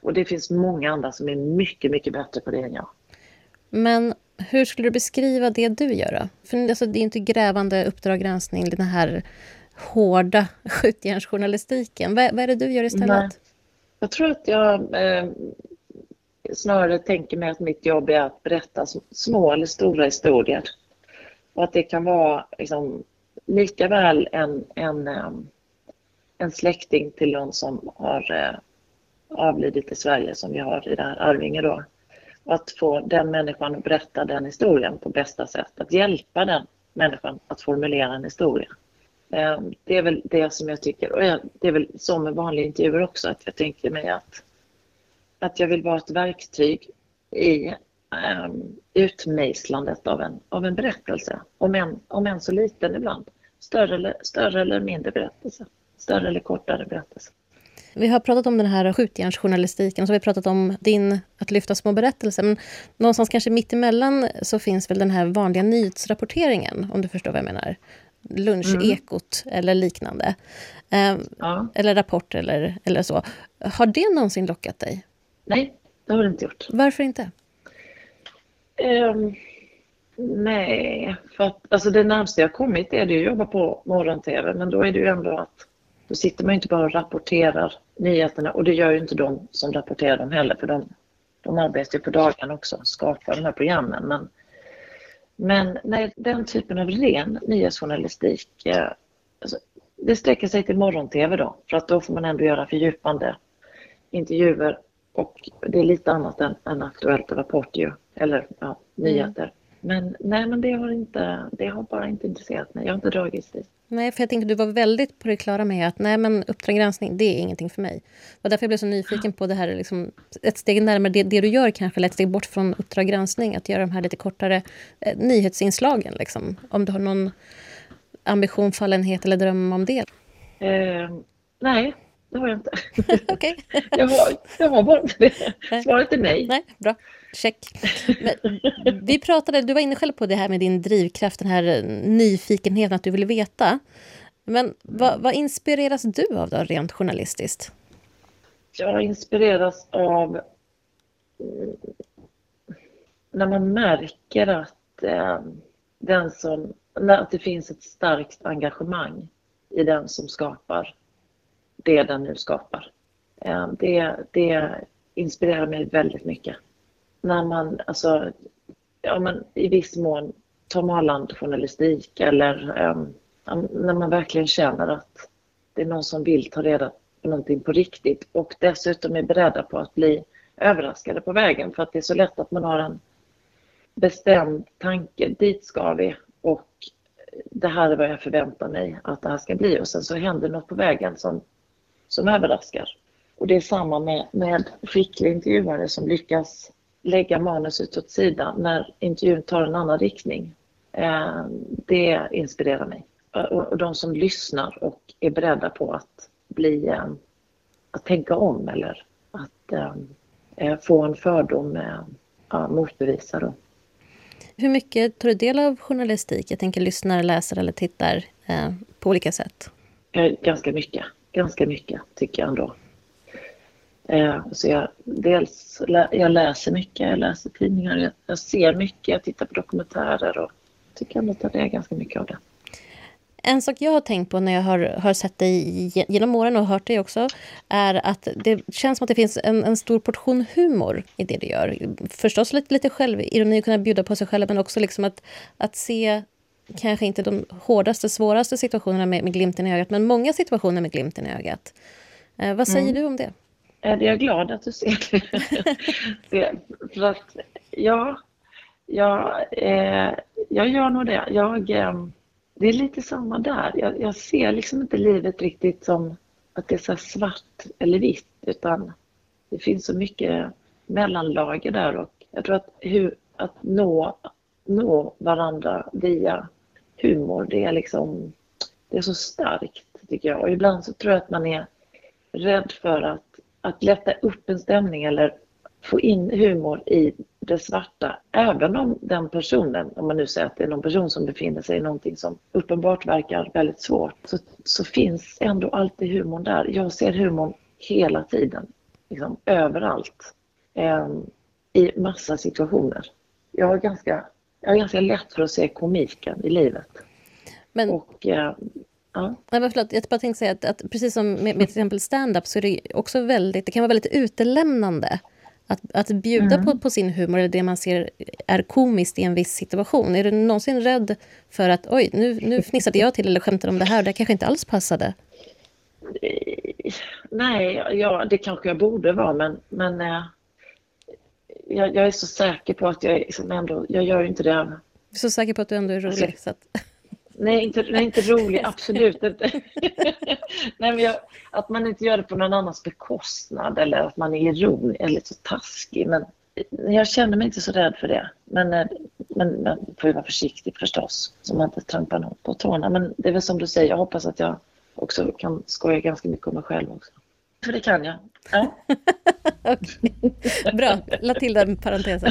Och det finns många andra som är mycket, mycket bättre på det än jag. Men hur skulle du beskriva det du gör då? För alltså, det är inte grävande Uppdrag granskning, den här hårda skjutjärnsjournalistiken. Vad, vad är det du gör istället? Nej. Jag tror att jag eh, snarare tänker mig att mitt jobb är att berätta små eller stora historier. Och att det kan vara liksom, lika väl en, en, en släkting till någon som har eh, avlidit i Sverige som vi har i det här Arvinge då. Att få den människan att berätta den historien på bästa sätt. Att hjälpa den människan att formulera en historia. Det är väl det som jag tycker. Och det är väl som med vanliga intervjuer också. Att jag tänker mig att, att jag vill vara ett verktyg i um, utmejslandet av en, av en berättelse. Om en, om en så liten ibland. Större eller, större eller mindre berättelse. Större eller kortare berättelse. Vi har pratat om den här skjutjärnsjournalistiken och så har vi pratat om din att lyfta små berättelser. Men någonstans kanske mitt emellan så finns väl den här vanliga nyhetsrapporteringen, om du förstår vad jag menar. Lunchekot mm. eller liknande. Eh, ja. Eller rapport eller, eller så. Har det någonsin lockat dig? Nej, det har det inte gjort. Varför inte? Um, nej, för att alltså det närmaste jag kommit är det att jobba på morgon-tv. Men då är det ju ändå att då sitter man inte bara och rapporterar nyheterna. Och det gör ju inte de som rapporterar dem heller. För de, de arbetar ju på dagen också. Skapar de här programmen. Men, men nej, den typen av ren nyhetsjournalistik. Eh, alltså, det sträcker sig till morgon-tv då. För att då får man ändå göra fördjupande intervjuer. Och det är lite annat än, än Aktuellt och Rapport ju. Eller ja, nyheter. Mm. Men nej, men det har, inte, det har bara inte intresserat mig. Jag har inte dragits dit. Nej, för jag tänkte du var väldigt på det klara med att nej, men Uppdrag granskning, det är ingenting för mig. Och därför jag blev så nyfiken på det här, liksom, ett steg närmare det, det du gör kanske, eller ett steg bort från Uppdrag granskning, att göra de här lite kortare eh, nyhetsinslagen. Liksom. Om du har någon ambition, fallenhet eller dröm om det? Eh, nej, det har jag inte. Okej. jag, har, jag har bara inte det. Svaret är nej. Nej, bra. Check. Men vi pratade, du var inne själv på det här med din drivkraft, den här nyfikenheten att du vill veta. Men vad, vad inspireras du av då, rent journalistiskt? Jag inspireras av när man märker att, eh, den som, att det finns ett starkt engagemang i den som skapar det den nu skapar. Eh, det, det inspirerar mig väldigt mycket. När man, alltså, ja, men i viss mån Tom Holland-journalistik eller um, när man verkligen känner att det är någon som vill ta reda på någonting på riktigt och dessutom är beredda på att bli överraskade på vägen, för att det är så lätt att man har en bestämd tanke, dit ska vi och det här är vad jag förväntar mig att det här ska bli, och sen så händer något på vägen som, som överraskar. Och det är samma med, med skickliga intervjuare som lyckas lägga manuset åt sidan när intervjun tar en annan riktning. Eh, det inspirerar mig. Och, och de som lyssnar och är beredda på att bli, eh, att tänka om eller att eh, få en fördom eh, motbevisa då. Hur mycket tar du del av journalistik? Jag tänker lyssnar, läser eller tittar eh, på olika sätt. Eh, ganska mycket. Ganska mycket tycker jag ändå. Eh, så jag, dels, jag läser mycket, jag läser tidningar, jag, jag ser mycket, jag tittar på dokumentärer och tycker ändå att det är ganska mycket av det. En sak jag har tänkt på när jag har, har sett dig genom åren och hört dig också är att det känns som att det finns en, en stor portion humor i det du gör. Förstås lite, lite självironi att kunna bjuda på sig själv, men också liksom att, att se kanske inte de hårdaste, svåraste situationerna med, med glimten i ögat, men många situationer med glimten i ögat. Eh, vad säger mm. du om det? Jag är glad att du ser det. För att, ja, jag, eh, jag gör nog det. Jag, eh, det är lite samma där. Jag, jag ser liksom inte livet riktigt som att det är så svart eller vitt, utan det finns så mycket mellanlager där. Och jag tror att, hur, att nå, nå varandra via humor, det är liksom, det är så starkt tycker jag. Och ibland så tror jag att man är rädd för att Att lätta upp en stämning eller få in humor i det svarta. Även om den personen, om man nu säger att det är någon person som befinner sig i någonting som uppenbart verkar väldigt svårt. Så, så finns ändå alltid humorn där. Jag ser humorn hela tiden. liksom, överallt. Eh, I massa situationer. Jag har ganska, jag har ganska lätt för att se komiken i livet. Men, och eh, ja. Nej, förlåt, jag bara tänkte säga att, att precis som med, med till exempel stand-up så är det också väldigt, det kan vara väldigt utelämnande att, att bjuda Mm. på, på sin humor eller det man ser är komiskt i en viss situation. Är du någonsin rädd för att oj, nu, nu fnissade jag till eller skämtade om det här, det kanske inte alls passade? Nej, ja, det kanske jag borde vara, men, men eh, jag, jag är så säker på att jag liksom ändå, jag gör inte det. Jag är så säker på att du ändå är rolig. Alltså, så att... Nej, inte, nej, inte rolig, absolut inte. Nej, men jag, att man inte gör det på någon annans bekostnad eller att man är ironisk eller så taskig. Men jag känner mig inte så rädd för det. Men, men man får ju vara försiktig förstås, så man inte trampar någon på tårna. Men det är väl som du säger, jag hoppas att jag också kan skoja ganska mycket om mig själv också. För det kan jag. Ja. Okay. Bra, la till den parentesen.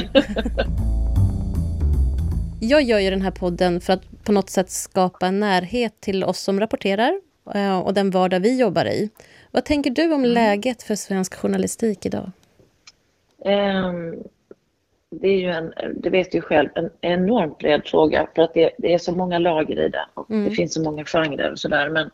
Jag gör ju den här podden för att på något sätt skapa en närhet till oss som rapporterar och den vardag vi jobbar i. Vad tänker du om läget för svensk journalistik idag? Um, det är ju en, det vet du själv, en enormt bred fråga för att det, det är så många lager i det och mm. det finns så många genrer och sådär. Men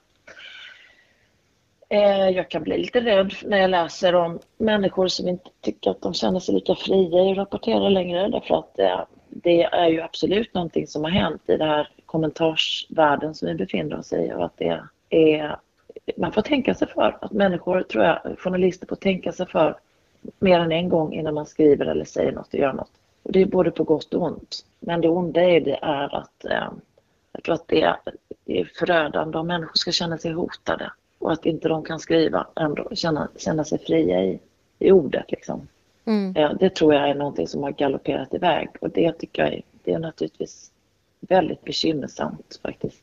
eh, jag kan bli lite rädd när jag läser om människor som inte tycker att de känner sig lika fria i att rapportera längre, därför att eh, det är ju absolut någonting som har hänt i den här kommentarsvärlden som vi befinner oss i, och att det är, man får tänka sig för, att människor, tror jag, journalister får tänka sig för mer än en gång innan man skriver eller säger något och gör något. Och det är både på gott och ont. Men det onda är, det är att eh, jag tror att det är, det är förödande om människor ska känna sig hotade och att inte de kan skriva ändå, känna, känna sig fria i, i ordet liksom. Mm. Ja, det tror jag är någonting som har galopperat iväg, och det tycker jag är, det är naturligtvis väldigt bekymmersamt faktiskt.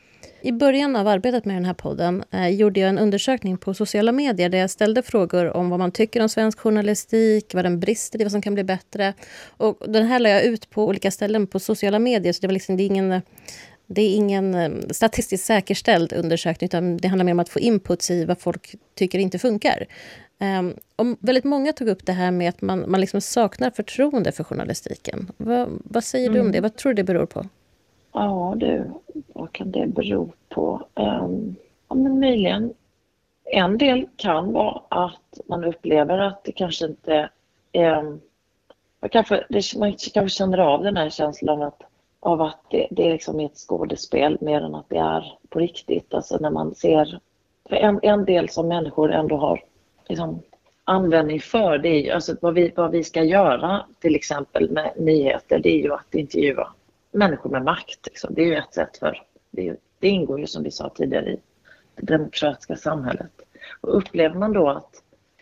I början av arbetet med den här podden eh, gjorde jag en undersökning på sociala medier där jag ställde frågor om vad man tycker om svensk journalistik, vad den brister i, vad som kan bli bättre. Och den här la jag ut på olika ställen på sociala medier, så det var liksom, det är ingen, det är ingen statistiskt säkerställd undersökning, utan det handlar mer om att få inputs i vad folk tycker inte funkar. Um, och väldigt många tog upp det här med att man, man liksom saknar förtroende för journalistiken. Va, vad säger mm. du om det? Vad tror du det beror på? Ja du, vad kan det bero på? Um, ja, men möjligen en del kan vara att man upplever att det kanske inte um, man, kanske, det, man kanske känner av den här känslan av att, av att det, det är liksom ett skådespel mer än att det är på riktigt. Alltså när man ser, för en, en del som människor ändå har liksom användning för, det är alltså vad vi, vad vi ska göra till exempel med nyheter, det är ju att intervjua människor med makt. Liksom. Det är ju ett sätt för, det, är, det ingår ju som vi sa tidigare i det demokratiska samhället. Och upplever man då att,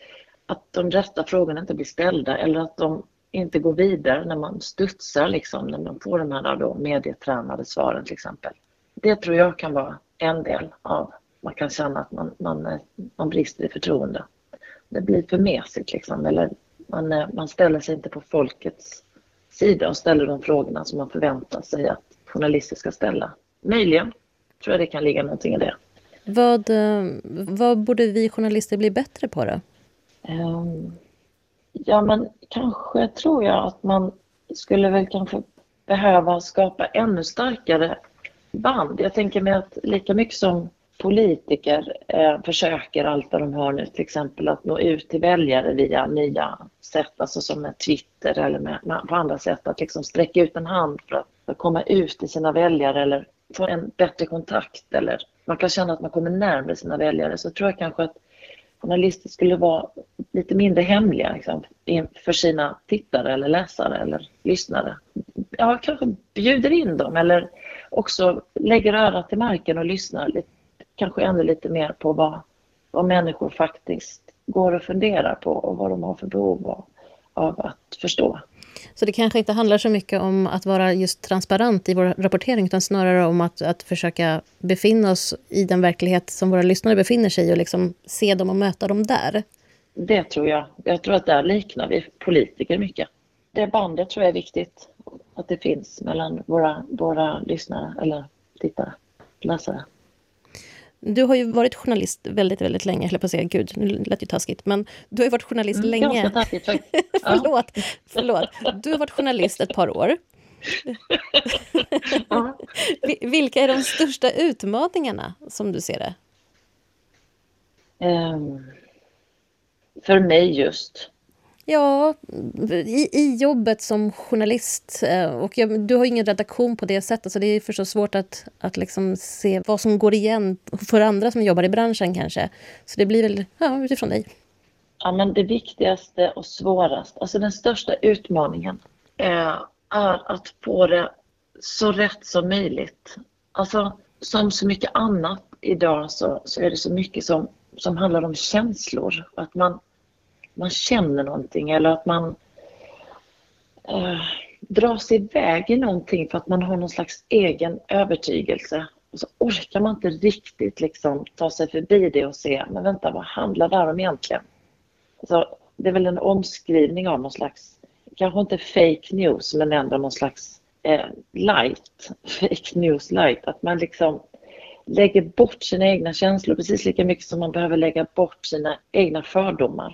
att de rätta frågorna inte blir ställda eller att de inte går vidare när man studsar liksom, när man får de här då medietränade svaren till exempel. Det tror jag kan vara en del av, man kan känna att man, man, man brister i förtroende. Det blir för mesigt liksom, eller man, man ställer sig inte på folkets sida och ställer de frågorna som man förväntar sig att journalister ska ställa. Möjligen tror jag det kan ligga någonting i det. Vad, vad borde vi journalister bli bättre på då? Um, ja men kanske tror jag att man skulle väl kanske behöva skapa ännu starkare band. Jag tänker mig att lika mycket som politiker eh, försöker allt vad de har nu, till exempel att nå ut till väljare via nya sätt, alltså som med Twitter eller med, med, på andra sätt, att liksom sträcka ut en hand för att, för att komma ut till sina väljare eller få en bättre kontakt, eller man kan känna att man kommer närmare sina väljare, så tror jag kanske att journalister skulle vara lite mindre hemliga liksom, för sina tittare eller läsare eller lyssnare. Ja, kanske bjuder in dem eller också lägger örat till marken och lyssnar lite, kanske ännu lite mer på vad, vad människor faktiskt går och funderar på och vad de har för behov av, av att förstå. Så det kanske inte handlar så mycket om att vara just transparent i vår rapportering, utan snarare om att, att försöka befinna oss i den verklighet som våra lyssnare befinner sig i och liksom se dem och möta dem där? Det tror jag. Jag tror att där liknar vi politiker mycket. Det bandet tror jag är viktigt, att det finns mellan våra, våra lyssnare eller tittare, läsare. Du har ju varit journalist väldigt, väldigt länge. Jag höll på att säga, gud, nu lät ju taskigt. Men du har ju varit journalist Mm, länge. ganska taskigt faktiskt. Ja. förlåt, förlåt. Du har varit journalist ett par år. Ja. Vi- Vilka är de största utmaningarna som du ser det? Ehm, för mig just. Ja, i, i jobbet som journalist. eh, Och jag, du har ju ingen redaktion på det sättet. Så det är förstås svårt att, att liksom se vad som går igen för andra som jobbar i branschen kanske. Så det blir väl ja, utifrån dig. Ja, men det viktigaste och svårast, alltså den största utmaningen är, är att få det så rätt som möjligt. Alltså som så mycket annat idag så, så är det så mycket som, som handlar om känslor. Att man, man känner någonting eller att man eh, drar sig iväg i någonting för att man har någon slags egen övertygelse. Och så orkar man inte riktigt liksom ta sig förbi det och se, men vänta, vad handlar det här om egentligen? Alltså, det är väl en omskrivning av någon slags, kanske inte fake news, men ändå någon slags eh, light, fake news light. Att man liksom lägger bort sina egna känslor precis lika mycket som man behöver lägga bort sina egna fördomar.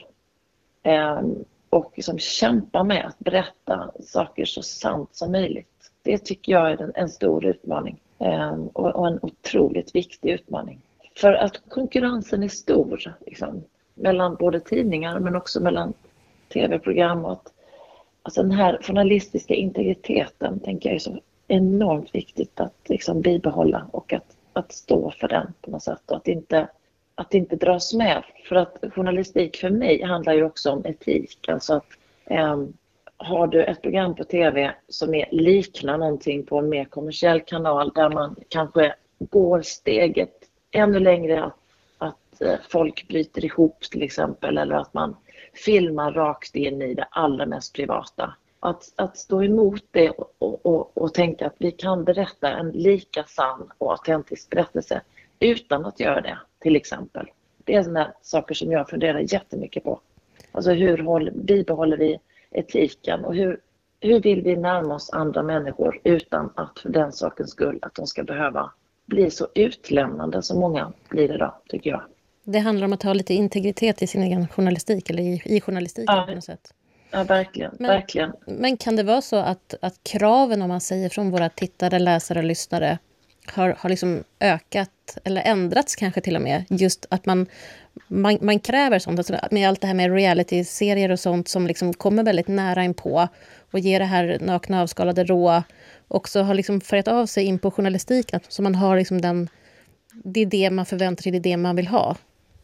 Eh, och liksom kämpa med att berätta saker så sant som möjligt. Det tycker jag är en, en stor utmaning eh, och, och en otroligt viktig utmaning. För att konkurrensen är stor liksom, mellan både tidningar men också mellan tv-program. Och att, alltså den här journalistiska integriteten tänker jag är så enormt viktigt att liksom bibehålla och att, att stå för den på något sätt. Och att inte, att inte dras med. För att journalistik för mig handlar ju också om etik. Alltså att eh, har du ett program på tv som är, liknar någonting på en mer kommersiell kanal där man kanske går steget ännu längre att, att folk bryter ihop till exempel, eller att man filmar rakt in i det allra mest privata. Att, att stå emot det och, och, och, och tänka att vi kan berätta en lika sann och autentisk berättelse utan att göra det, till exempel. Det är sådana saker som jag funderar jättemycket på. Alltså hur håll, bibehåller vi etiken och hur, hur vill vi närma oss andra människor utan att för den sakens skull att de ska behöva bli så utlämnande som många blir idag, tycker jag. Det handlar om att ha lite integritet i sin egen journalistik eller i, i journalistiken Ja. på något sätt. Ja, verkligen. Men, verkligen. men kan det vara så att, att kraven, om man säger, från våra tittare, läsare och lyssnare har, har liksom ökat eller ändrats kanske till och med? Just att man, man, man kräver sånt, alltså med allt det här med reality-serier och sånt som liksom kommer väldigt nära in på och ger det här nakna, avskalade, råa, också har liksom färgat av sig in på journalistiken. Så man har liksom den, det är det man förväntar sig, det är det man vill ha.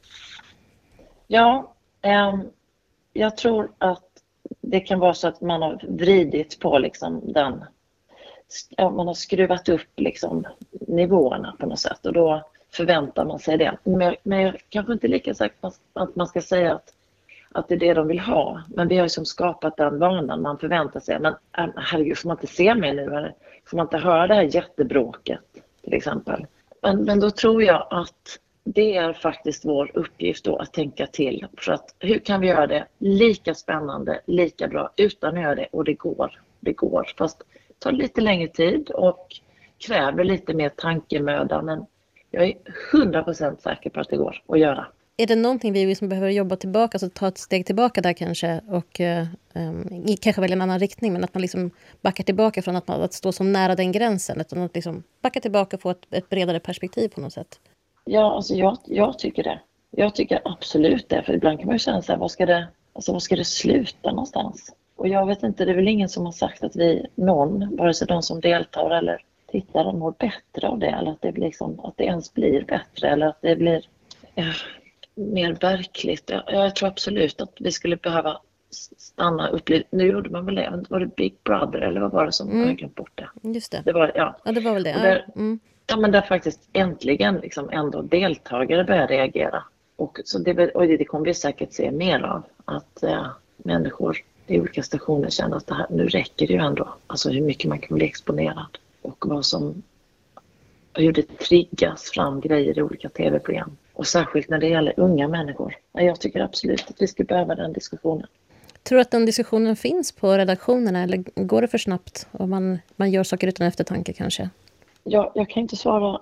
Ja, eh, jag tror att det kan vara så att man har vridit på liksom den, ja, man har skruvat upp liksom nivåerna på något sätt och då förväntar man sig det. Men, men jag kanske inte lika sagt att man ska säga att, att det är det de vill ha. Men vi har ju som skapat den vanan, man förväntar sig. Men herregud, får man inte se mig nu? Eller får man inte höra det här jättebråket till exempel? Men, men då tror jag att det är faktiskt vår uppgift då att tänka till. För att hur kan vi göra det lika spännande, lika bra utan att göra det? Och det går. Det går. Fast det tar lite längre tid och kräver lite mer tankemöda. Men jag är hundra procent säker på att det går att göra. Är det någonting vi liksom behöver jobba tillbaka, alltså ta ett steg tillbaka där kanske och um, kanske välja en annan riktning, men att man liksom backar tillbaka från att, man, att stå så nära den gränsen, utan att liksom backa tillbaka och få ett, ett bredare perspektiv på något sätt? Ja, alltså jag, jag tycker det. Jag tycker absolut det, för ibland kan man ju känna så här, vad ska det, alltså vad ska det sluta någonstans? Och jag vet inte, det är väl ingen som har sagt att vi, någon, vare sig de som deltar eller tittar, mår bättre av det, eller att det, blir liksom, att det ens blir bättre, eller att det blir ja, mer verkligt. Jag, jag tror absolut att vi skulle behöva stanna upp. Nu gjorde man väl det, var det Big Brother eller vad var det som mm. jag glömt bort det? Just det. Det var, ja. Ja, det var väl det. Där, mm. ja, men där faktiskt äntligen liksom ändå deltagare börjar reagera. Och, så det, och det kommer vi säkert se mer av. Att äh, människor i olika stationer känner att det här, nu räcker det ju ändå. Alltså hur mycket man kan bli exponerad. Och vad som hur det triggas fram grejer i olika tv-program. Och särskilt när det gäller unga människor. Jag tycker absolut att vi ska behöva den diskussionen. Tror du att den diskussionen finns på redaktionerna, eller går det för snabbt och man, man gör saker utan eftertanke kanske? Ja, jag kan inte svara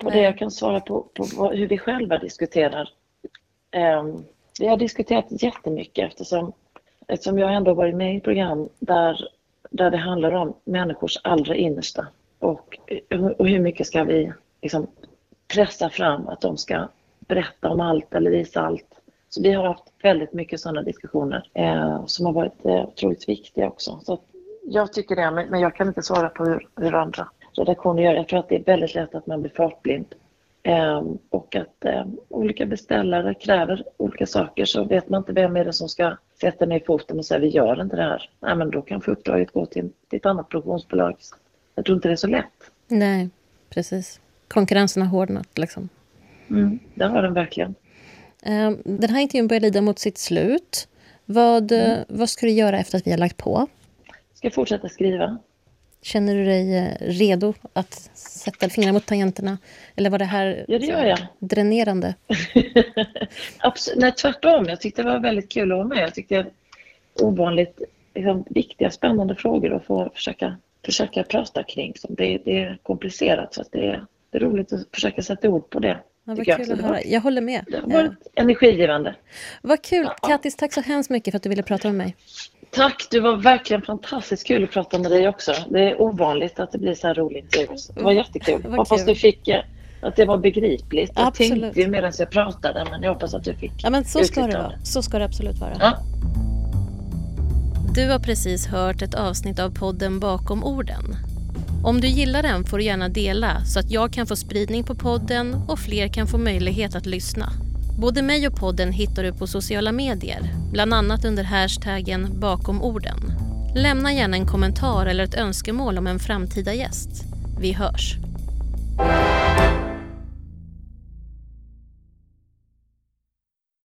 Och det jag kan svara på, på vad, hur vi själva diskuterar. Eh, vi har diskuterat jättemycket eftersom, eftersom jag ändå varit med i ett program där, där det handlar om människors allra innersta. Och, och hur mycket ska vi liksom pressa fram att de ska berätta om allt eller visa allt. Så vi har haft väldigt mycket sådana diskussioner eh, som har varit eh, otroligt viktiga också. Så jag tycker det, men, men jag kan inte svara på hur, hur andra redaktioner gör. Jag tror att det är väldigt lätt att man blir fartblind. Eh, och att eh, olika beställare kräver olika saker, så vet man inte vem är det som ska sätta ner i foten och säga vi gör inte det här. Nej, men då kan för uppdraget gå till, till ett annat produktionsbolag. Jag tror inte det är så lätt. Nej, precis. Konkurrensen har hårdnat liksom. Mm, det har den verkligen. Den här intervjun börjar lida mot sitt slut. Vad, mm. vad ska du göra efter att vi har lagt på? Ska jag fortsätta skriva. Känner du dig redo att sätta fingrarna mot tangenterna? Eller var det här ja, det gör jag. dränerande? Absolut. Nej, tvärtom. Jag tyckte det var väldigt kul att vara med. Jag tyckte det var ovanligt liksom, viktiga, spännande frågor att få försöka, försöka prata kring. Så det, det är komplicerat, så att det, är, det är roligt att försöka sätta ord på det. Ja, vad kul att höra. Jag håller med. Det har varit ja. energigivande. Vad kul. Ja. Kattis, tack så hemskt mycket för att du ville prata med mig. Tack, det var verkligen fantastiskt kul att prata med dig också. Det är ovanligt att det blir så här roligt. Det var jättekul. Jag hoppas kul. Du fick att det var begripligt. Jag absolut. tänkte ju medan jag pratade, men jag hoppas att du fick. Ja, men så ska det vara. Så ska det absolut vara. Ja. Du har precis hört ett avsnitt av podden Bakom orden. Om du gillar den får du gärna dela så att jag kan få spridning på podden och fler kan få möjlighet att lyssna. Både mig och podden hittar du på sociala medier, bland annat under hashtaggen Bakom orden. Lämna gärna en kommentar eller ett önskemål om en framtida gäst. Vi hörs!